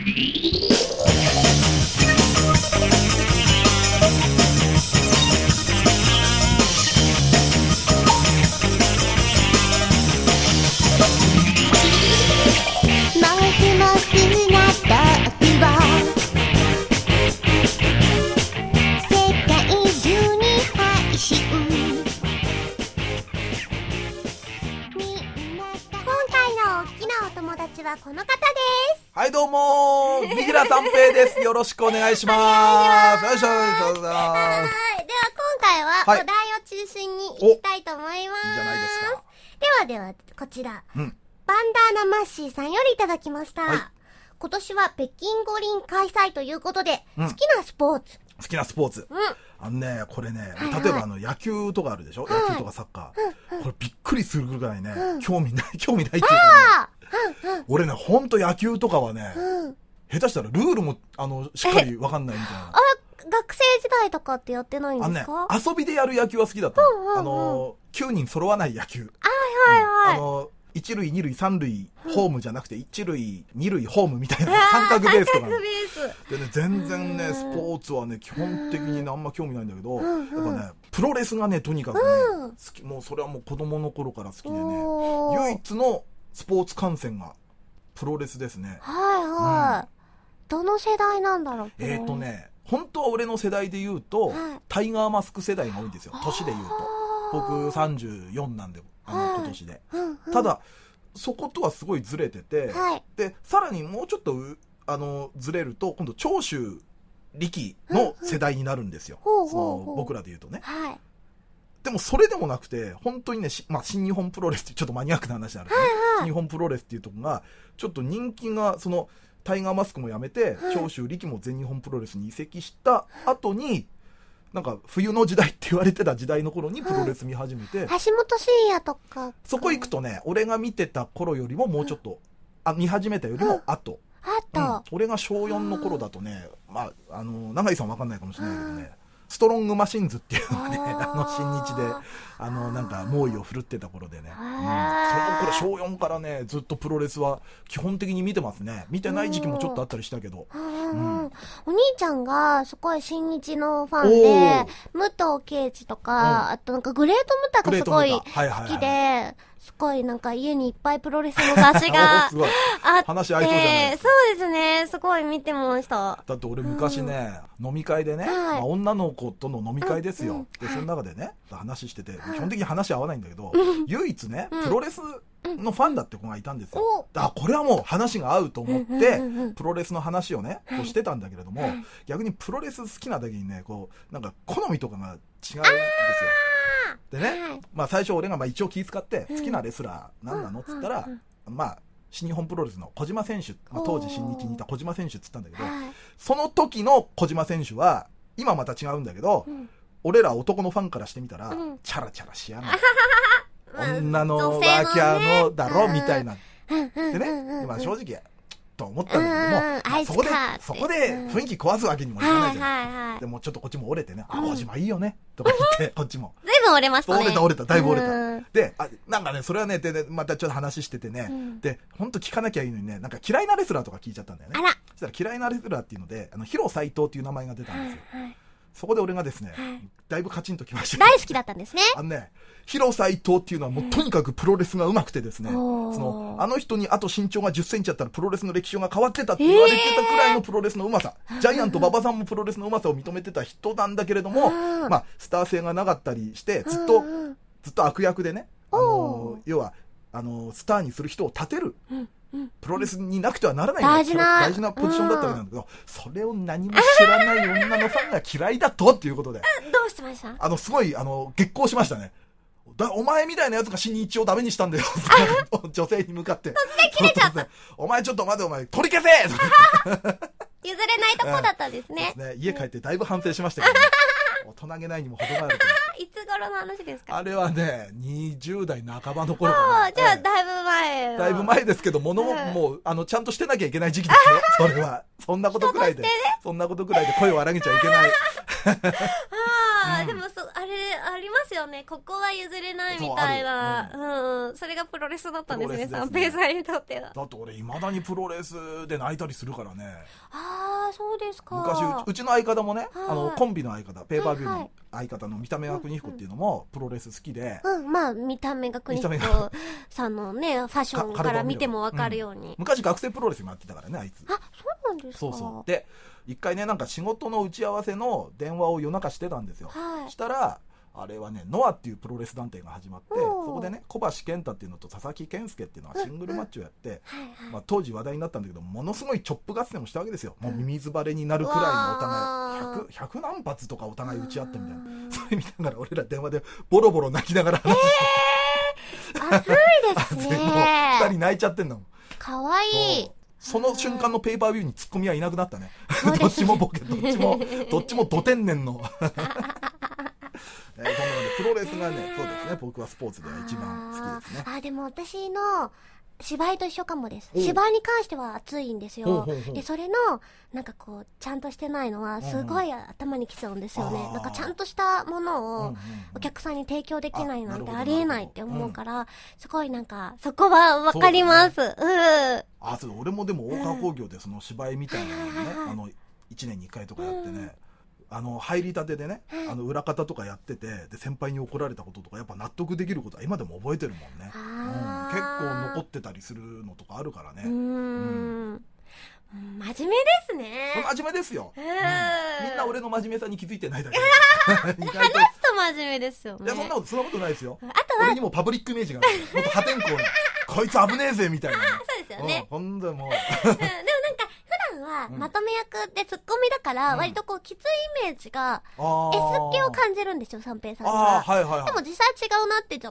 この方です。 はい、どうもー、三平三平です。よろしくお願いします。よいしょ、よいしょ。では今回はお題を中心にいきたいと思います。いいじゃないですか。 ではこちら、 バンダーナマッシーさんよりいただきました。 はい、 今年は北京五輪開催ということで、好きなスポーツ。 好きなスポーツ。これね、例えば野球とかあるでしょ、野球とかサッカー。これびっくりするぐらいね、興味ないっていうかね。俺ね、ほんと野球とかはね、下手したらルールもしっかりわかんないみたいな。 学生時代とかってやってないんですか？ 遊びでやる野球は好きだったの。9人揃わない野球。一塁、二塁、三塁、ホームじゃなくて、一塁、二塁、ホームみたいな三角ベースとか。でね、全然ね、スポーツはね、基本的にあんま興味ないんだけど、やっぱね、プロレスがね、とにかくね、好き。もうそれはもう子供の頃から好きでね、唯一のスポーツ観戦がプロレスですね。 どの世代なんだろう？ 本当は俺の世代で言うと、タイガーマスク世代が多いんですよ。年で言うと。僕34なんで、今年で。ただ、そことはすごいずれてて、で、さらにもうちょっと、ずれると、今度、長州力の世代になるんですよ。僕らで言うとね。でも、それでもなくて、本当にね、新日本プロレスってちょっとマニアックな話になるね。新日本プロレスっていうところが、ちょっと人気が、タイガーマスクもやめて、長州力も全日本プロレスに移籍した後に、なんか冬の時代って言われてた時代の頃にプロレス見始めて、 橋本真也とかそこ行くとね、俺が見てた頃よりももうちょっと、見始めたよりも後。俺が小4の頃だとね、永井さんわかんないかもしれないけどね、ストロングマシンズっていうのがね、新日で、なんか猛威を振るってた頃でね。その頃小4からね、ずっとプロレスは基本的に見てますね。見てない時期もちょっとあったりしたけど。 お兄ちゃんがすごい新日のファンで、武藤敬司とか、あとなんかグレートムタがすごい好きで、すごいなんか家にいっぱいプロレスの雑誌があって、 話合いそうじゃないですか。 そうですね、すごい見てました。 だって俺昔ね、飲み会でね、女の子との飲み会ですよ。で、その中でね、話してて、基本的に話合わないんだけど、唯一ね、プロレスのファンだって子がいたんですよ。これはもう話が合うと思って、プロレスの話をね、してたんだけれども、逆にプロレス好きなだけにね、なんか好みとかが違うんですよ。でね、最初俺が一応気遣って、好きなレスラー何なのっつったら、新日本プロレスの小島選手、当時新日にいた小島選手っつったんだけど、その時の小島選手は、今また違うんだけど、俺ら男のファンからしてみたら、チャラチャラしやがる。女のワーキャーのだろみたいな。でね、正直、と思ったんだけども、そこで雰囲気壊すわけにもいかないじゃない。でもちょっとこっちも折れてね、小島いいよね、とか言って、こっちも。 随分折れましたね。 折れた、だいぶ折れた。で、なんかね、それはね、で、またちょっと話しててね、で、ほんと聞かなきゃいいのにね、なんか嫌いなレスラーとか聞いちゃったんだよね。そしたら嫌いなレスラーっていうので、広斎藤っていう名前が出たんですよ。そこで俺がですね、だいぶカチンときました。 大好きだったんですね。 広斎藤っていうのはもうとにかくプロレスが上手くてですね、あの人にあと身長が10センチあったらプロレスの歴史が変わってたって言われてたくらいのプロレスの上手さ。ジャイアント馬場さんもプロレスの上手さを認めてた人なんだけれども、スター性がなかったりして、ずっと悪役でね、要は、スターにする人を立てる。プロレスになくてはならない大事なポジションだったわけなんだけど、それを何も知らない女のファンが嫌いだとっていうことで。 どうしてました？ すごい、激高しましたね。お前みたいなやつが新日をダメにしたんだよ。女性に向かって。 突然切れちゃった。 お前ちょっと待て、お前、取り消せ譲れないとこだったんですね。 家帰ってだいぶ反省しましたけどね。大人げないにも程があるけど。 いつ頃の話ですか？ あれはね、20代半ばの頃かな。 じゃあ、だいぶ前。 だいぶ前ですけど、物ももう、ちゃんとしてなきゃいけない時期ですよ。それは。そんなことくらいで声を荒げちゃいけない。 でもあれれありますよね。ここは譲れないみたいな。それがプロレスだったんですね、三平さんにとっては。 だって俺未だにプロレスで泣いたりするからね。 ああ、そうですか。 昔うちの相方もね、コンビの相方、ペーパービューの相方の見た目が邦彦っていうのもプロレス好きで、 まあ見た目が邦彦さんのね、ファッションから見ても分かるように。 昔学生プロレスもやってたからね、あいつ。 あ、そうなんですか。 そうそう。で一回ね、なんか仕事の打ち合わせの電話を夜中してたんですよ。したらあれはね、ノアっていうプロレス団体が始まって、そこでね、小橋健太っていうのと佐々木健介っていうのがシングルマッチをやって、当時話題になったんだけど、ものすごいチョップ合戦をしたわけですよ。もう水バレになるくらいのお互い100何発とかお互い打ち合ってみたいな。それ見ながら俺ら電話でボロボロ泣きながら話して熱いですね。 2人泣いちゃってんの。 かわいい。 その瞬間のペーパービューにツッコミはいなくなったね。どっちもボケ、どっちもド天然の。そんなのでプロレスがね、そうですね、僕はスポーツでは一番好きですね。 でも私の芝居と一緒かもです。芝居に関しては熱いんですよ。でそれのなんかこうちゃんとしてないのはすごい頭にきちゃうんですよね。なんかちゃんとしたものをお客さんに提供できないなんてありえないって思うから、すごいなんかそこはわかります。 そう、俺もでも大川工業でその芝居みたいなのね、1年に1回とかやってね、入りたてでね、裏方とかやってて、で先輩に怒られたこととかやっぱ納得できることは今でも覚えてるもんね。結構残ってたりするのとかあるからね。 真面目ですね。 真面目ですよ。みんな俺の真面目さに気づいてないだけ。 話すと真面目ですよね。 いや、そんなことないですよ。あとは俺にもパブリックイメージがある。もっと破天荒な、こいつ危ねえぜみたいな。 そうですよね。 ほんともう。 でもなんか普段はまとめ役でツッコミだから割とこうきついイメージが S 気を感じるんですよ、三平さんが。でも実際違うなってちょっ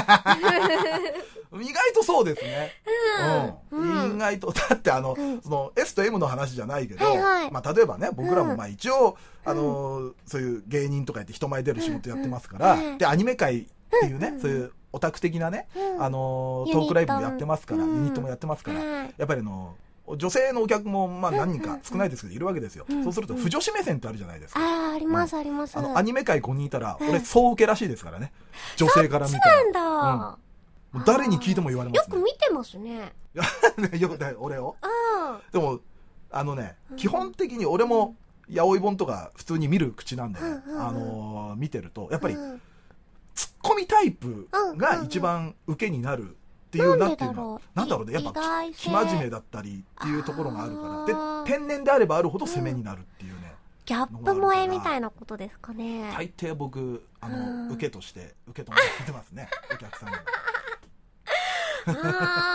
と。 意外とそうですね。意外とだってその S と M の話じゃないけど、まあ例えばね、僕らもまあ一応そういう芸人とかやって人前出る仕事やってますから、でアニメ界っていうね、そういうオタク的なね、トークライブもやってますから、ユニットもやってますから、やっぱり女性のお客もまあ何人か少ないですけどいるわけですよ。そうすると不女子目線ってあるじゃないですか。 ありますあります。 アニメ界5人いたら俺総受けらしいですからね、女性から見たら。 そうなんだ。 誰に聞いても言われますね。 よく見てますね。 よく俺を。でも基本的に俺も八百本とか普通に見る口なんで、見てるとやっぱりツッコミタイプが一番受けになるっていうなんていうのなんだろうね、やっぱ生真面目だったりっていうところがあるからで、天然であればあるほど攻めになるっていうね、 ギャップ萌えみたいなことですかね。 大抵僕受けとして受け止めてますね、お客さんに。そうですよ。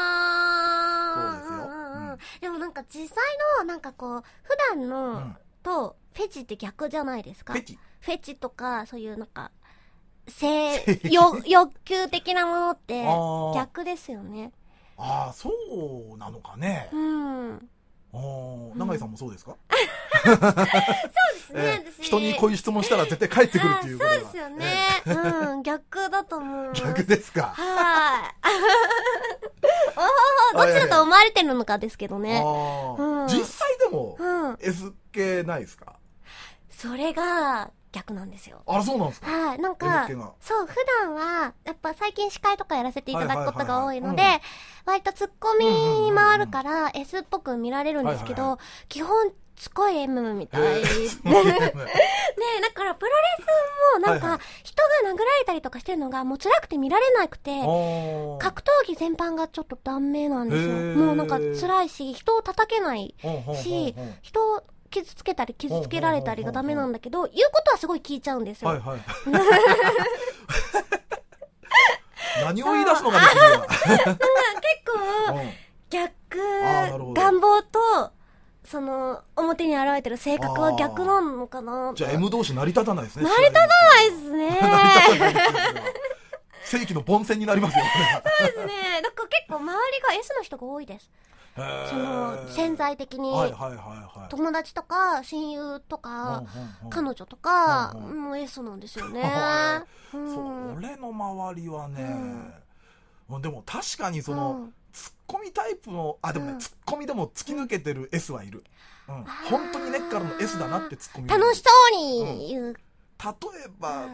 でもなんか実際のなんかこう普段のとフェチって逆じゃないですか。フェチとかそういうなんか欲求的なものって逆ですよね。 そうなのかね。永井さんもそうですか？ そうですね。 人にこういう質問したら絶対返ってくるっていうことが。 そうですよね。逆だと思う。 逆ですか？ はい。どっちだと思われてるのかですけどね。 実際でも S 系ないですか？ それが逆なんですよ。 そうなんですか？ はい。なんか、そう、普段は、やっぱ最近司会とかやらせていただくことが多いので、割とツッコミに回るから、S っぽく見られるんですけど、基本、すごい M みたい。ねだからプロレスもなんか、人が殴られたりとかしてるのがもう辛くて見られなくて、格闘技全般がちょっとダメなんですよ。もうなんか辛いし、人を叩けないし、人を傷つけたり傷つけられたりがダメなんだけど、言うことはすごい聞いちゃうんですよ。 何を言い出すのかね、君は。 結構逆、願望とその表に現れてる性格は逆なのかな。 じゃあ M 同士成り立たないですね。 成り立たないですね。 正規の凡戦になりますよ。 そうですね。だから結構周りが S の人が多いです。その潜在的に友達とか親友とか彼女とかもう S なんですよね。 俺の周りはね、でも確かにそのツッコミタイプのでもね、ツッコミでも突き抜けてる S はいる。本当に根っからの S だなってツッコミ。 楽しそうに言う。 例えばまあ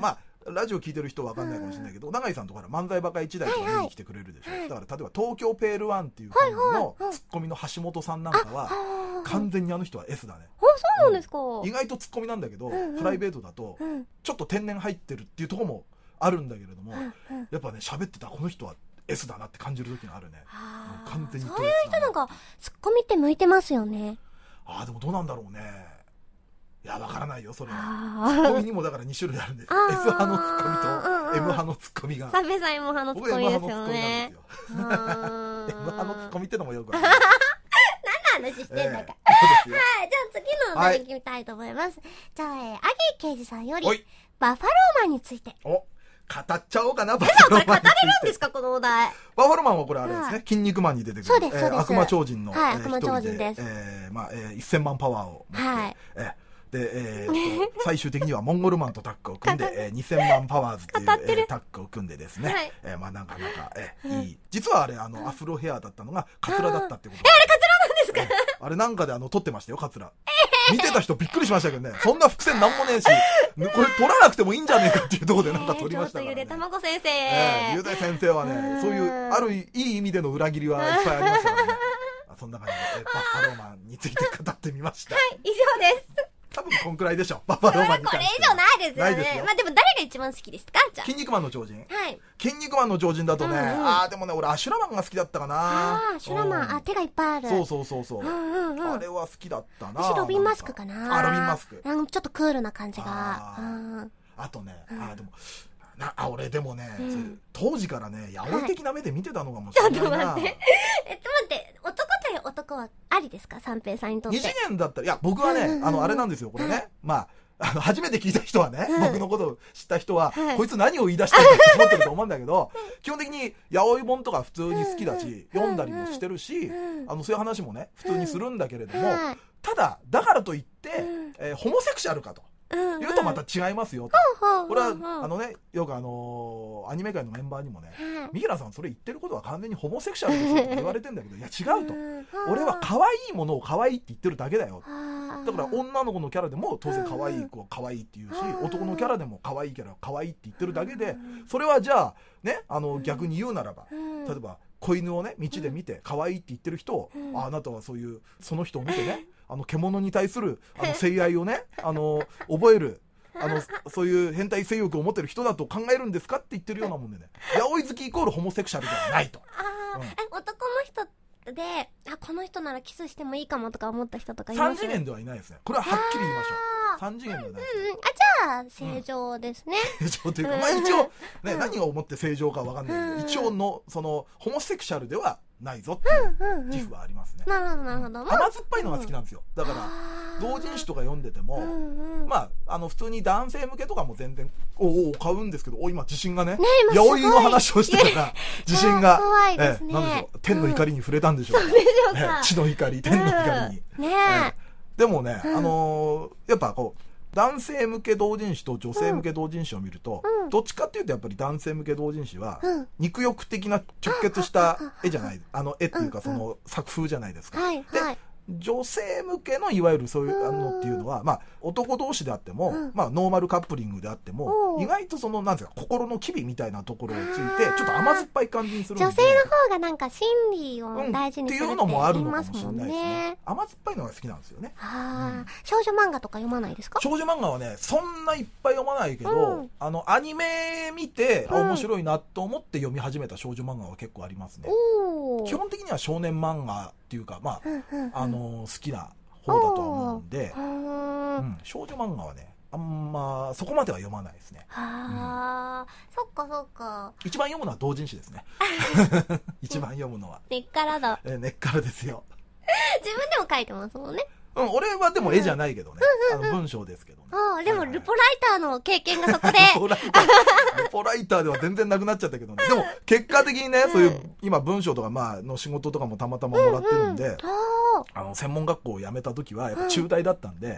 ラジオ聞いてる人は分かんないかもしれないけど、永井さんとか漫才バカ一代とか見に来てくれるでしょ。だから例えば東京ペールワンっていう番組のツッコミの橋本さんなんかは完全にあの人は S だね。 そうなんですか。 意外とツッコミなんだけど、プライベートだとちょっと天然入ってるっていうところもあるんだけれども、やっぱね喋ってたこの人は S だなって感じる時があるね。完全にそういう人なんかツッコミって向いてますよね。 でもどうなんだろうね。いや、わからないよ、それは。ツッコミにもだから2種類あるんですよ。S 派のツッコミと M 派のツッコミが。 三平さん M 派のツッコミですよね。 僕 M 派のツッコミってのもよくわかる。 何の話してんだか。はい、じゃあ次のお題行きたいと思います。じゃあ、アギー刑事さんより、バファローマンについて。 語っちゃおうかな、バファローマンについて。 語れるんですか、このお題。 バファローマンはこれあれですね、筋肉マンに出てくる。 そうです、そうです。 悪魔超人の悪魔超人です。 1000万パワーを持って、で、最終的にはモンゴルマンとタッグを組んで、2000万パワーズっていうタッグを組んでですね、なかなかいい。実はあれ、アフロヘアだったのがカツラだったってこと。 あれカツラなんですか？ あれなんかで撮ってましたよ、カツラ。見てた人びっくりしましたけどね、そんな伏線なんもねえし、これ撮らなくてもいいんじゃねえかっていうところでなんか撮りましたからね。 ゆでたまご先生。 ゆで先生はね、そういうあるいい意味での裏切りはいっぱいありましたからね。そんな感じでバッファローマンについて語ってみました。 はい、以上です。 多分こんくらいでしょ、バッファローマンに関しては。 これ以上ないですよね。ないですよ。まあでも誰が一番好きですか？じゃあ。 筋肉マンの超人。 はい。 筋肉マンの超人だとね、でもね、俺アシュラマンが好きだったかな。 アシュラマン、手がいっぱいある。 そう。あれは好きだったな。 私ロビンマスクかな。 ロビンマスク。 ちょっとクールな感じが。 あとね、でも、俺でもね、当時からね、ヤオイ的な目で見てたのかもしれないな。 ちょっと待って。男対男はありですか？三平さんにとって。 二次元だったら、いや、僕はね、あれなんですよ、これね。初めて聞いた人はね、僕のことを知った人は、こいつ何を言い出したんだって思ってると思うんだけど、基本的にヤオイ本とか普通に好きだし、読んだりもしてるし、そういう話もね、普通にするんだけれども、ただ、だからといって、ホモセクシャルかと。言うとまた違いますよと。これはよくアニメ界のメンバーにもね、三平さんそれ言ってることは完全にホモセクシャルですよって言われてんだけど、いや違うと。俺は可愛いものを可愛いって言ってるだけだよ。だから女の子のキャラでも当然可愛い子は可愛いって言うし、男のキャラでも可愛いキャラは可愛いって言ってるだけで、それはじゃあね、逆に言うならば、例えば子犬をね道で見て可愛いって言ってる人を、あなたはそういうその人を見てね、獣に対する性愛をね覚えるそういう変態性欲を持ってる人だと考えるんですかって言ってるようなもんでね、ヤオイ好きイコールホモセクシャルではないと。 男の人でこの人ならキスしてもいいかもとか思った人とかいます？3次元ではいないですね。これははっきり言いましょう。3次元ではないです。 じゃあ正常ですね。 正常というか、一応ね、何を思って正常かわかんないけど、一応のそのホモセクシャルではないぞっていう自負はありますね。 なるほどなるほど。 甘酸っぱいのが好きなんですよ。だから同人誌とか読んでても、普通に男性向けとかも全然買うんですけど、今自信がね、ヤオイの話をしてたら自信が怖いですね。 なんでしょう、天の怒りに触れたんでしょうか。地の怒り、天の怒りに。でもね、やっぱ男性向け同人誌と女性向け同人誌を見ると、どっちかっていうとやっぱり男性向け同人誌は肉欲的な直結した絵じゃない、絵っていうかその作風じゃないですか。で女性向けのいわゆるそういうのっていうのは、男同士であっても、ノーマルカップリングであっても、意外とそのなんですか、心の機微みたいなところをついてちょっと甘酸っぱい感じにするんで、 女性の方がなんか心理を大事にするって言いますもんね。っていうのもあるのかもしれないですね。甘酸っぱいのが好きなんですよね。少女漫画とか読まないですか？少女漫画はね、そんないっぱい読まないけど、アニメ見て面白いなと思って読み始めた少女漫画は結構ありますね。基本的には少年漫画っていうか、好きな方だとは思うんで、少女漫画はね、あんまそこまでは読まないですね。 そっかそっか。 一番読むのは同人誌ですね。一番読むのは根っからだ。 根っからですよ。 自分でも書いてますもんね。 俺はでも絵じゃないけどね、文章ですけどね。 でもルポライターの経験がそこでルポライターでは全然なくなっちゃったけどね。でも結果的にね、そういう今文章とかの仕事とかもたまたまもらってるんで、専門学校を辞めた時はやっぱ中大だったんで、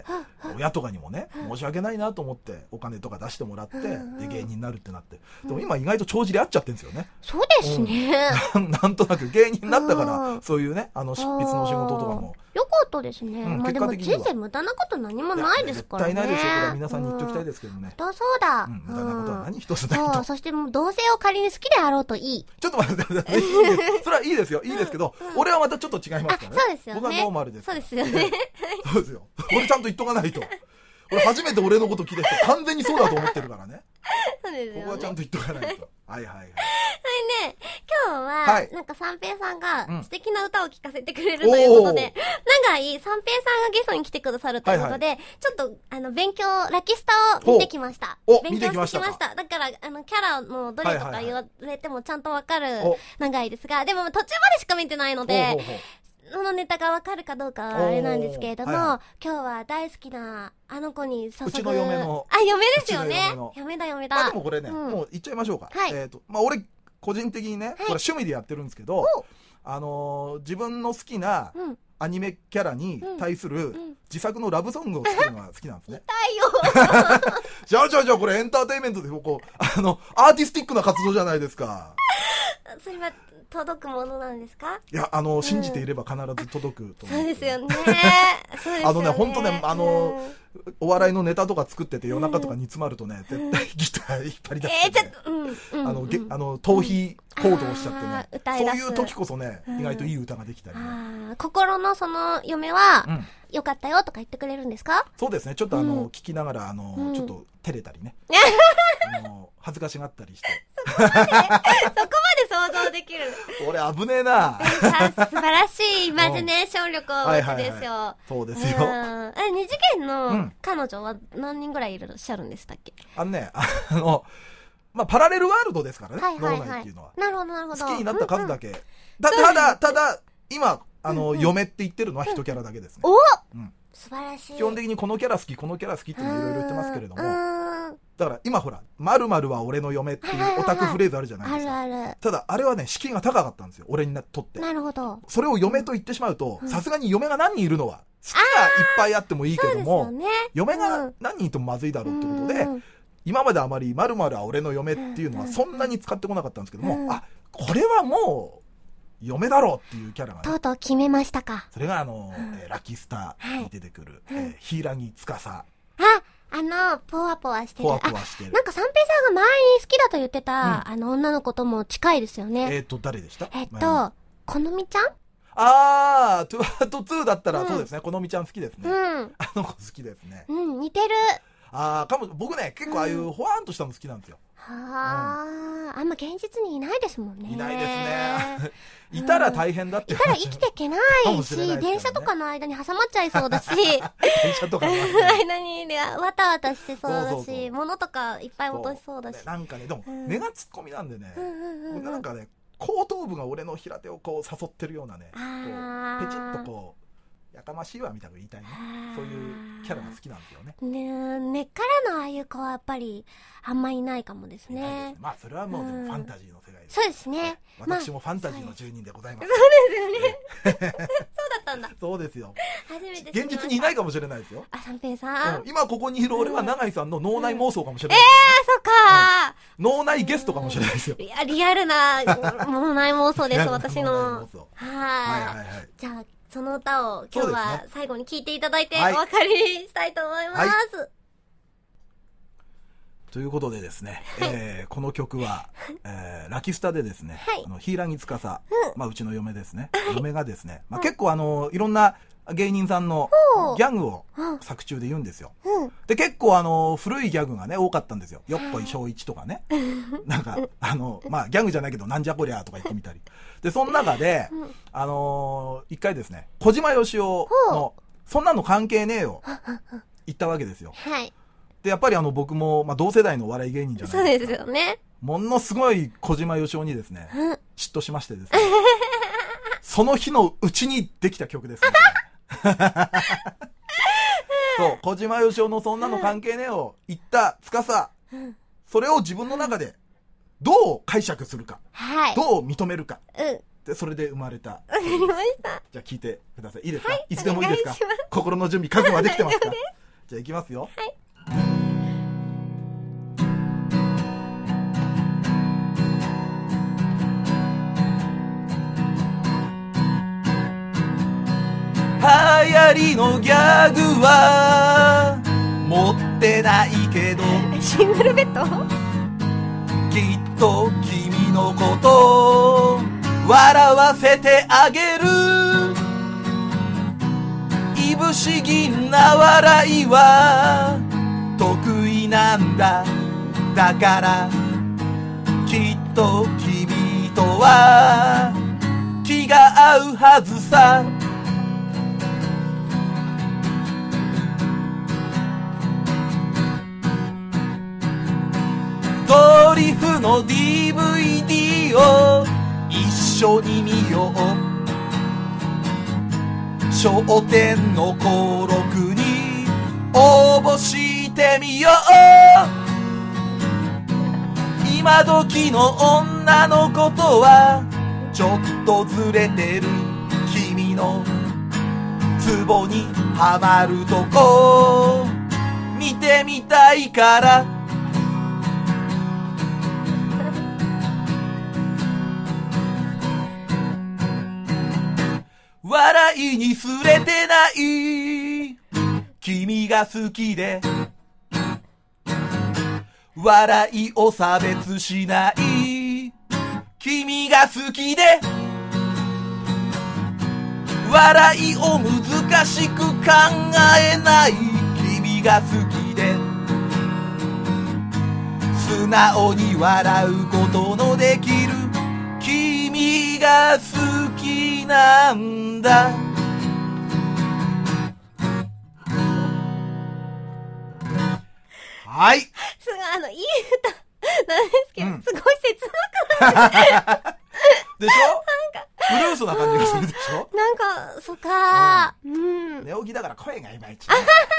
親とかにもね、申し訳ないなと思ってお金とか出してもらって、で芸人になるってなって、でも今意外と帳尻合っちゃってるんですよね。 そうですね。 なんとなく芸人になったから、そういうね、執筆の仕事とかも。 よかったですね。まあでも人生無駄なこと何もないですからね。 絶対ないですよ。これは皆さんに言っておきたいですけどね。 そうだ。 無駄なことは何一つないと。 そしてもう同性を仮に好きであろうといい。 ちょっと待ってください。それはいいですよ。いいですけど、俺はまたちょっと違いますからね。 そうですよね。 僕はノーマルです。 そうですよね。 そうですよ。俺ちゃんと言っとかないと。俺初めて俺のこと聞いた人完全にそうだと思ってるからね。 そうですよね。 僕はちゃんと言っとかないと。はいはいはい。 はいね、今日は、なんか三平さんが素敵な歌を聴かせてくれるということで、長井三平さんがゲストに来てくださるということで、ちょっと勉強、ラキスタを見てきました。勉強してきました。だから、キャラのどれとか言われてもちゃんとわかる長井ですが、でも途中までしか見てないので、そのネタがわかるかどうかはあれなんですけれども、今日は大好きなあの子に注ぐ。 うちの嫁の。 嫁ですよね。嫁だ。 でもこれね、もう言っちゃいましょうか。俺、個人的にね、これ趣味でやってるんですけど、自分の好きなアニメキャラに対する自作のラブソングを作るのが好きなんですね。 痛いよ。 じゃあこれエンターテインメントで、アーティスティックな活動じゃないですか。 それは届くものなんですか？ いや、信じていれば必ず届くと思う。 そうですよね。 本当ね、お笑いのネタとか作ってて夜中とか煮詰まるとね、絶対ギター引っ張り出して、逃避行動をしちゃってね。そういう時こそね、意外といい歌ができたりね。 心のその嫁は、よかったよとか言ってくれるんですか？ そうですね。ちょっと聞きながら、ちょっと照れたりね。恥ずかしがったりして。 そこまで想像できる。 俺危ねえな。 素晴らしいイマジネーション力をお持ちですよ。 そうですよ。 二次元の彼女は何人ぐらいいらっしゃるんでしたっけ？ パラレルワールドですからね、脳内っていうのは。 なるほど、なるほど。 好きになった数だけ。ただ、今、嫁って言ってるのは一キャラだけですね。 お！素晴らしい。 基本的にこのキャラ好き、このキャラ好きっていろいろ言ってますけれども、だから今ほら、〇〇は俺の嫁っていうオタクフレーズあるじゃないですか。 ある。 ただ、あれはね、敷居が高かったんですよ、俺にとって。 なるほど。 それを嫁と言ってしまうと、さすがに嫁が何人いるのは、好きがいっぱいあってもいいけども、嫁が何人いてもまずいだろうってことで、今まであまり〇〇は俺の嫁っていうのはそんなに使ってこなかったんですけども、これはもう、嫁だろうっていうキャラがね。 とうとう決めましたか。 それがラキスタに出てくる、柊司。 ポワポワしてる。 ポワポワしてる。 なんか三平さんが前に好きだと言ってた、女の子とも近いですよね。 誰でした？ このみちゃん？ トゥアート2だったらそうですね、このみちゃん好きですね。あの子好きですね。 似てる。 僕ね、結構ああいうほわーんとしたの好きなんですよ。 あんま現実にいないですもんね。 いないですね。いたら大変だって。 いたら生きていけないし、電車とかの間に挟まっちゃいそうだし、電車とかの間にわたわたしてそうだし、物とかいっぱい落としそうだし。 なんかね、でも、根がツッコミなんでね、なんかね、後頭部が俺の平手をこう誘ってるようなね、ペチッとこう、やかましいわみたいな言いたいね。そういうキャラが好きなんですよね。 根っからのああいう子はやっぱりあんまいないかもですね。 それはもうでもファンタジーの世界です。 そうですね。 私もファンタジーの住人でございます。 そうですよね。そうだったんだ。 そうですよ。 初めて現実にいないかもしれないですよ。 三平さん。 今ここにいる俺は永井さんの脳内妄想かもしれない。 そっか。 脳内ゲストかもしれないですよ。 いや、リアルな脳内妄想です、私の。はい。じゃあ、その歌を今日は最後に聴いていただいてお別れしたいと思います。 ということでですね、この曲は、ラキスタでですね、柊司、うちの嫁ですね。嫁がですね、結構いろんな芸人さんのギャグを作中で言うんですよ。で、結構古いギャグがね、多かったんですよ。よっこい小一とかね。なんか、ギャグじゃないけど、なんじゃこりゃとか言ってみたり。で、その中で、一回ですね、小島よしおの、そんなの関係ねえよ、言ったわけですよ。で、やっぱり僕も、同世代のお笑い芸人じゃないですか。 そうですよね。 ものすごい小島よしおにですね、嫉妬しましてですね。その日のうちにできた曲ですね。そう、小島よしおのそんなの関係ねえよ、言った司、それを自分の中でどう解釈するか、どう認めるか、でそれで生まれた。 わかりました。 じゃあ聞いてください。いいですか？いつでもいいですか？心の準備、覚悟はできてますか？じゃあじゃあいきますよ。 はい。 流行りのギャグは持ってないけど、 シングルベッドきっと君のこと笑わせてあげる。いぶし銀な笑いは得意なんだ。だからきっと君とは気が合うはずさ。ドリフの DVD を一緒に見よう。笑点の登録に応募してみよう。今時の女の子とはちょっとずれてる。君のツボにはまるとこ見てみたいから。笑いにすれてない君が好きで、笑いを差別しない君が好きで、笑いを難しく考えない君が好きで、素直に笑うことのできる君が好きなんだ。はい。 いい歌なんですけど、すごい切なくなってでしょ。ブルースな感じがするでしょ。 なんか、そっか寝起きだから声がいまいち、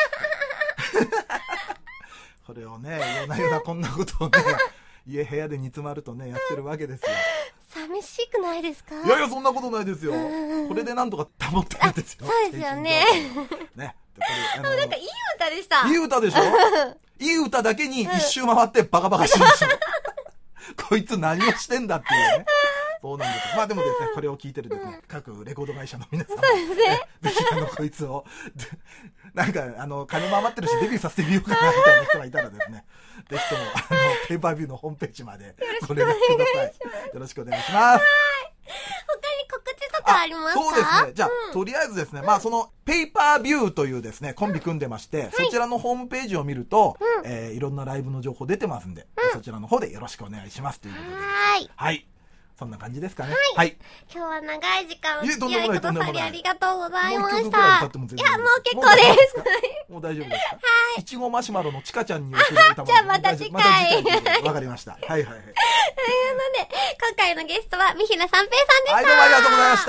これをね、夜な夜なこんなことをね、部屋で煮詰まるとね、やってるわけですよ。 寂しくないですか？ いやいや、そんなことないですよ。これでなんとか保ってるんですよ。 そうですよね。 ね。 なんかいい歌でした。 いい歌でしょ。いい歌だけに一周回ってバカバカしいでしょ。こいつ何をしてんだっていうね。そうなんです。まあでもですね、これを聞いてるですね、各レコード会社の皆さんも、 そうですね。 ぜひこいつを、なんか金も余ってるしデビューさせてみようかなみたいな人がいたらですね、ぜひともペーパービューのホームページまでご連絡ください。よろしくお願いします。 他に告知とかありますか？ そうですね。じゃあ、とりあえずですね、まあそのペーパービューというですね、コンビ組んでまして、そちらのホームページを見ると、いろんなライブの情報出てますんで、そちらの方でよろしくお願いしますということで。はい。そんな感じですかね。はい。 今日は長い時間お付き合いくださりありがとうございました。 もう1曲ぐらい歌っても全然。 いや、もう結構です。 もう大丈夫ですか？ はい。 いちごマシュマロのちかちゃんに送る歌も。 じゃあまた次回。 わかりました。はいはいはい。というので、 今回のゲストは三平三平さんでした。 はい、どうもありがとうございました。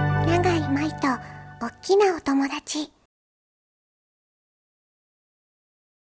永井舞と、おっきなお友達。